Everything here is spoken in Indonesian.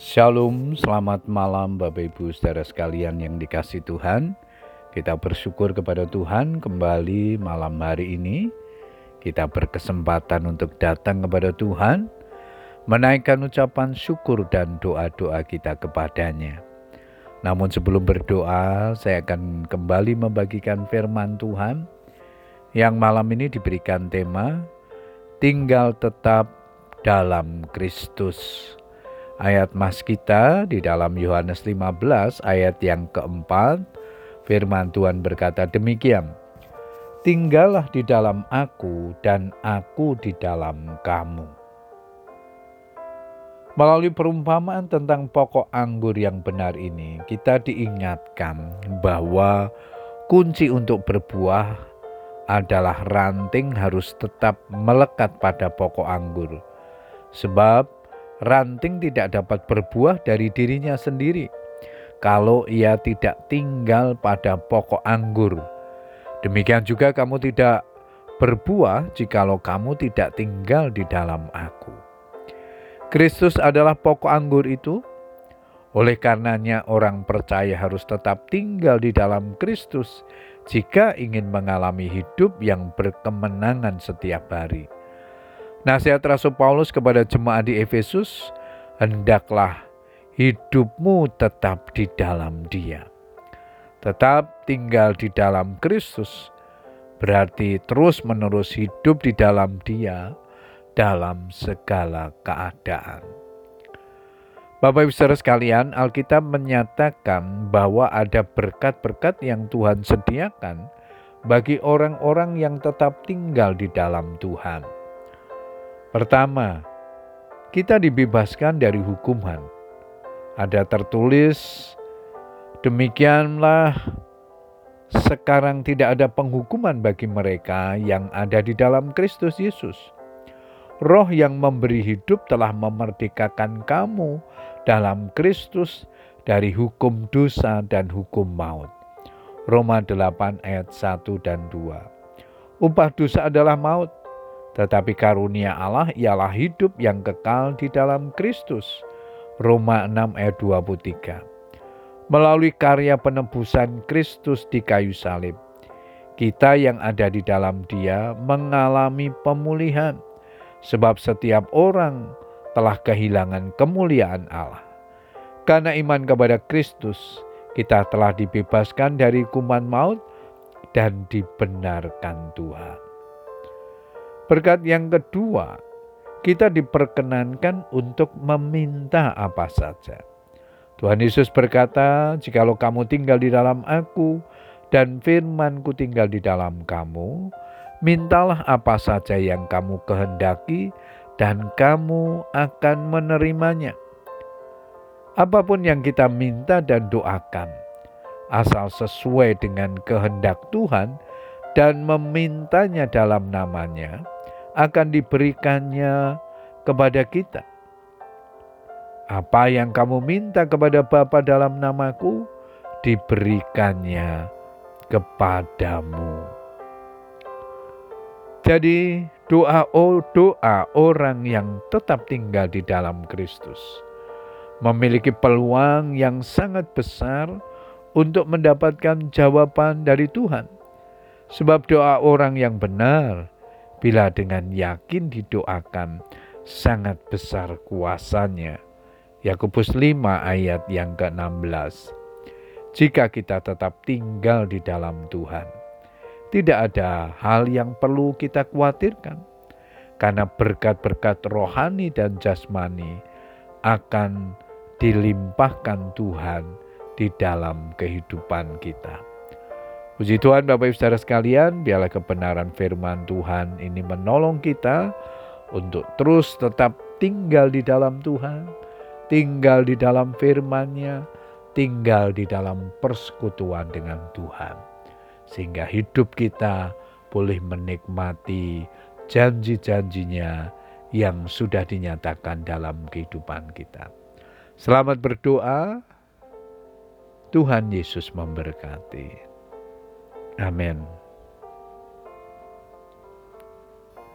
Shalom, selamat malam Bapak Ibu saudara sekalian yang dikasihi Tuhan. Kita bersyukur kepada Tuhan kembali malam hari ini. Kita berkesempatan untuk datang kepada Tuhan, menaikkan ucapan syukur dan doa-doa kita kepadanya. Namun sebelum berdoa, saya akan kembali membagikan firman Tuhan yang malam ini diberikan tema Tinggal Tetap dalam Kristus. Ayat mas kita di dalam Yohanes 15 ayat yang keempat, firman Tuhan berkata demikian, "Tinggallah di dalam aku dan aku di dalam kamu." Melalui perumpamaan tentang pokok anggur yang benar ini, kita diingatkan bahwa kunci untuk berbuah adalah ranting harus tetap melekat pada pokok anggur. Sebab ranting tidak dapat berbuah dari dirinya sendiri kalau ia tidak tinggal pada pokok anggur. Demikian juga kamu tidak berbuah jikalau kamu tidak tinggal di dalam aku. Kristus adalah pokok anggur itu. Oleh karenanya orang percaya harus tetap tinggal di dalam Kristus jika ingin mengalami hidup yang berkemenangan setiap hari. Nasihat Rasul Paulus kepada jemaat di Efesus, hendaklah hidupmu tetap di dalam Dia. Tetap tinggal di dalam Kristus berarti terus-menerus hidup di dalam Dia dalam segala keadaan. Bapak Ibu saudara sekalian, Alkitab menyatakan bahwa ada berkat-berkat yang Tuhan sediakan bagi orang-orang yang tetap tinggal di dalam Tuhan. Pertama, kita dibebaskan dari hukuman. Ada tertulis, demikianlah sekarang tidak ada penghukuman bagi mereka yang ada di dalam Kristus Yesus. Roh yang memberi hidup telah memerdekakan kamu dalam Kristus dari hukum dosa dan hukum maut. Roma 8 ayat 1 dan 2. Upah dosa adalah maut. Tetapi karunia Allah ialah hidup yang kekal di dalam Kristus. Roma 6 ayat 23. Melalui karya penebusan Kristus di kayu salib, kita yang ada di dalam Dia mengalami pemulihan. Sebab setiap orang telah kehilangan kemuliaan Allah. Karena iman kepada Kristus, kita telah dibebaskan dari hukuman maut dan dibenarkan Tuhan. Berkat yang kedua, kita diperkenankan untuk meminta apa saja. Tuhan Yesus berkata, "Jikalau kamu tinggal di dalam aku dan firman-Ku tinggal di dalam kamu, mintalah apa saja yang kamu kehendaki dan kamu akan menerimanya." Apapun yang kita minta dan doakan, asal sesuai dengan kehendak Tuhan dan memintanya dalam namanya, akan diberikannya kepada kita. Apa yang kamu minta kepada Bapa dalam namaku, diberikannya kepadamu. Jadi doa orang yang tetap tinggal di dalam Kristus memiliki peluang yang sangat besar untuk mendapatkan jawaban dari Tuhan. Sebab doa orang yang benar, bila dengan yakin didoakan, sangat besar kuasanya. Yakobus 5 ayat yang ke-16. Jika kita tetap tinggal di dalam Tuhan, tidak ada hal yang perlu kita khawatirkan. Karena berkat-berkat rohani dan jasmani akan dilimpahkan Tuhan di dalam kehidupan kita. Puji Tuhan Bapak Ibu saudara sekalian, biarlah kebenaran firman Tuhan ini menolong kita untuk terus tetap tinggal di dalam Tuhan, tinggal di dalam firman-Nya, tinggal di dalam persekutuan dengan Tuhan. Sehingga hidup kita boleh menikmati janji-janji-Nya yang sudah dinyatakan dalam kehidupan kita. Selamat berdoa, Tuhan Yesus memberkati. Amin.